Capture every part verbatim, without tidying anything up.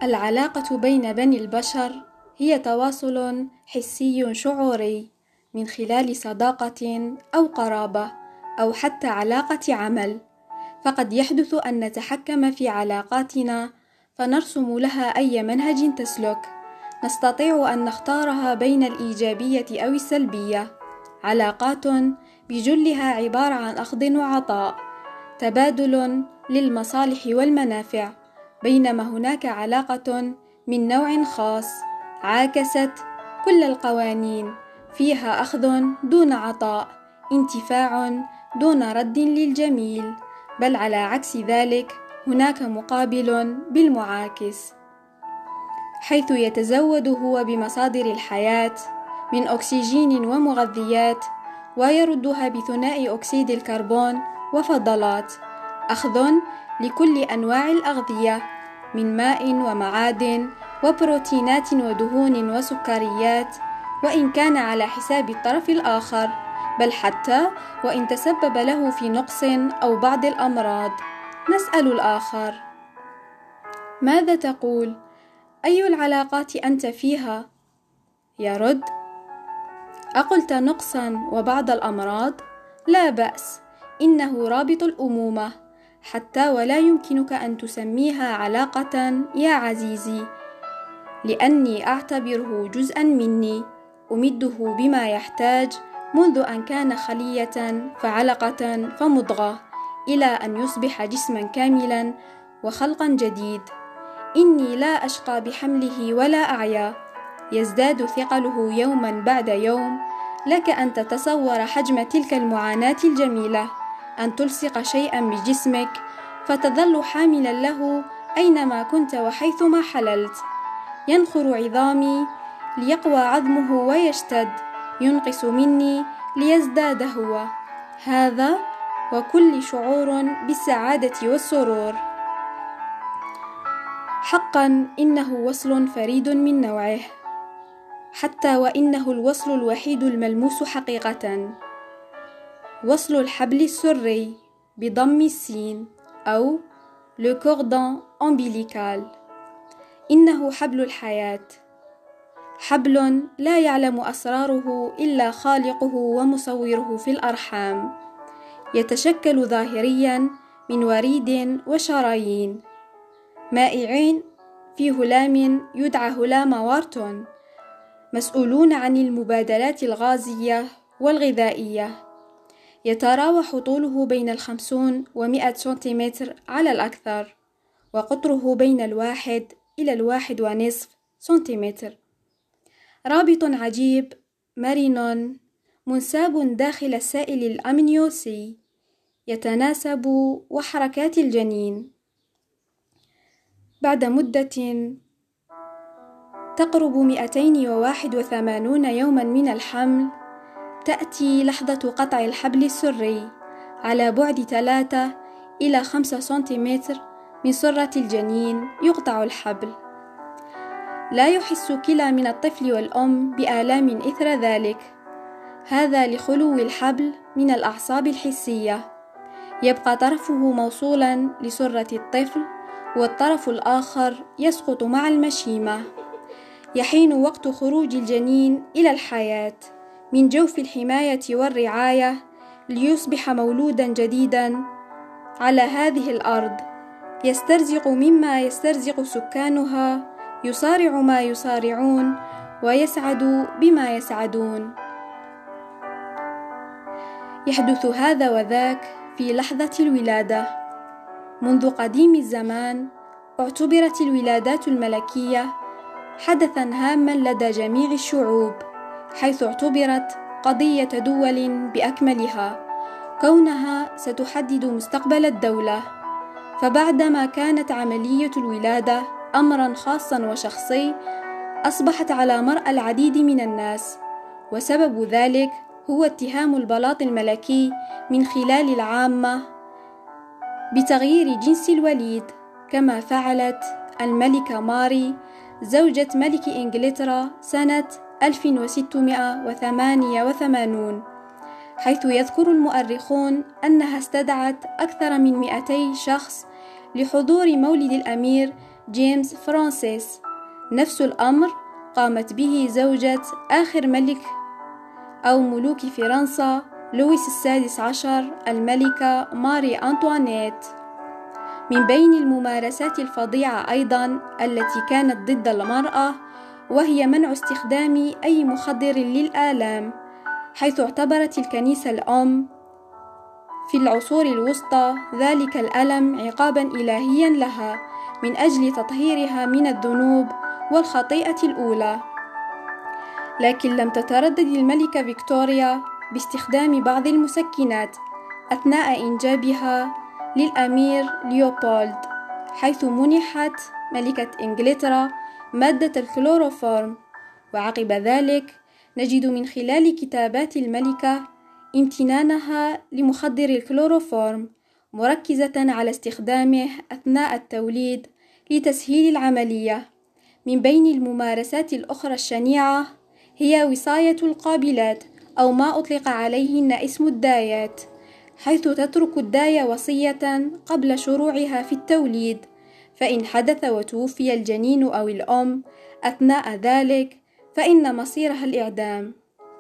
العلاقة بين بني البشر هي تواصل حسي شعوري من خلال صداقة أو قرابة أو حتى علاقة عمل. فقد يحدث أن نتحكم في علاقاتنا فنرسم لها أي منهج تسلك. نستطيع أن نختارها بين الإيجابية أو السلبية. علاقات بجلها عبارة عن أخذ وعطاء، تبادل للمصالح والمنافع، بينما هناك علاقة من نوع خاص عاكست كل القوانين، فيها أخذ دون عطاء، انتفاع دون رد للجميل، بل على عكس ذلك هناك مقابل بالمعاكس، حيث يتزود هو بمصادر الحياة من أكسجين ومغذيات، ويردها بثنائي أكسيد الكربون وفضلات، أخذ لكل أنواع الأغذية من ماء ومعادن وبروتينات ودهون وسكريات، وإن كان على حساب الطرف الآخر، بل حتى وإن تسبب له في نقص أو بعض الأمراض. نسأل الآخر: ماذا تقول؟ أي العلاقات أنت فيها؟ يرد: أقلت نقصا وبعض الأمراض؟ لا بأس، إنه رابط الأمومة، حتى ولا يمكنك أن تسميها علاقة يا عزيزي، لأني أعتبره جزءا مني، أمده بما يحتاج منذ أن كان خلية فعلقة فمضغة، إلى أن يصبح جسما كاملا وخلقا جديد. إني لا أشقى بحمله ولا أعيا، يزداد ثقله يوما بعد يوم. لك أن تتصور حجم تلك المعاناة الجميلة، أن تلصق شيئا بجسمك فتظل حاملا له أينما كنت وحيثما حللت. ينخر عظامي ليقوى عظمه ويشتد، ينقص مني ليزداد هو. هذا وكل شعور بالسعادة والسرور. حقا إنه وصل فريد من نوعه، حتى وإنه الوصل الوحيد الملموس حقيقة. وصل الحبل السري بضم السين، أو le cordon ombilical. إنه حبل الحياة، حبل لا يعلم أسراره إلا خالقه ومصوره في الأرحام، يتشكل ظاهريا من وريد وشرايين مائعين في هلام يدعى هلام وارتون، مسؤولون عن المبادلات الغازية والغذائية. يتراوح طوله بين الخمسون ومئة سنتيمتر على الأكثر، وقطره بين الواحد إلى الواحد ونصف سنتيمتر. رابط عجيب مرن منساب داخل السائل الأمنيوسي، يتناسب وحركات الجنين. بعد مدة تقرب مئتين وواحد وثمانون يوما من الحمل، تأتي لحظة قطع الحبل السري على بعد ثلاثة إلى خمسة سنتيمتر من سرة الجنين. يقطع الحبل، لا يحس كلا من الطفل والأم بآلام إثر ذلك، هذا لخلو الحبل من الأعصاب الحسية. يبقى طرفه موصولا لسرة الطفل، والطرف الآخر يسقط مع المشيمة. يحين وقت خروج الجنين إلى الحياة من جوف الحماية والرعاية ليصبح مولودا جديدا على هذه الأرض، يسترزق مما يسترزق سكانها، يصارع ما يصارعون، ويسعد بما يسعدون. يحدث هذا وذاك في لحظة الولادة. منذ قديم الزمان اعتبرت الولادات الملكية حدثا هاما لدى جميع الشعوب، حيث اعتبرت قضية دول بأكملها، كونها ستحدد مستقبل الدولة. فبعدما كانت عملية الولادة أمرا خاصا وشخصي، أصبحت على مرأى العديد من الناس، وسبب ذلك هو اتهام البلاط الملكي من خلال العامة بتغيير جنس الوليد، كما فعلت الملكة ماري زوجة ملك إنجلترا سنة ألف وستمائة وثمانية وثمانين، حيث يذكر المؤرخون أنها استدعت أكثر من مئتي شخص لحضور مولد الأمير جيمس فرانسيس. نفس الأمر قامت به زوجة آخر ملك أو ملوك فرنسا لويس السادس عشر الملكة ماري أنطوانيت. من بين الممارسات الفظيعة أيضا التي كانت ضد المرأة وهي منع استخدام أي مخدر للآلام، حيث اعتبرت الكنيسة الأم في العصور الوسطى ذلك الألم عقابا إلهيا لها من أجل تطهيرها من الذنوب والخطيئة الأولى. لكن لم تتردد الملكة فيكتوريا باستخدام بعض المسكنات أثناء إنجابها للأمير ليوبولد، حيث منحت ملكة إنجلترا مادة الكلوروفورم. وعقب ذلك نجد من خلال كتابات الملكة امتنانها لمخدر الكلوروفورم، مركزة على استخدامه أثناء التوليد لتسهيل العملية. من بين الممارسات الأخرى الشنيعة هي وصاية القابلات أو ما أطلق عليهن اسم الدايات، حيث تترك الداية وصية قبل شروعها في التوليد، فإن حدث وتوفي الجنين أو الأم أثناء ذلك فإن مصيرها الإعدام.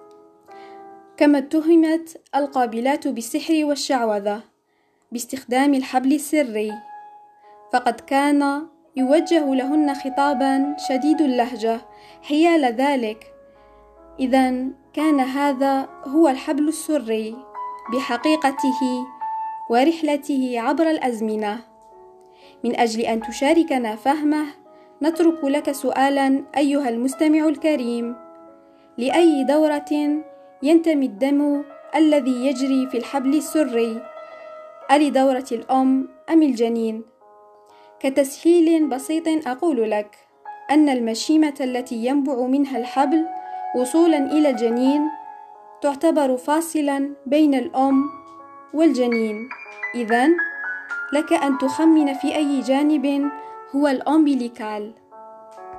كما اتهمت القابلات بالسحر والشعوذة باستخدام الحبل السري، فقد كان يوجه لهن خطابا شديد اللهجة حيال ذلك. إذن كان هذا هو الحبل السري بحقيقته ورحلته عبر الأزمنة. من أجل أن تشاركنا فهمه نترك لك سؤالا أيها المستمع الكريم: لأي دورة ينتمي الدم الذي يجري في الحبل السري؟ ألدورة الأم أم الجنين؟ كتسهيل بسيط أقول لك أن المشيمة التي ينبع منها الحبل وصولا إلى الجنين تعتبر فاصلا بين الأم والجنين. إذن لك أن تخمن في أي جانب هو الأمبليكال.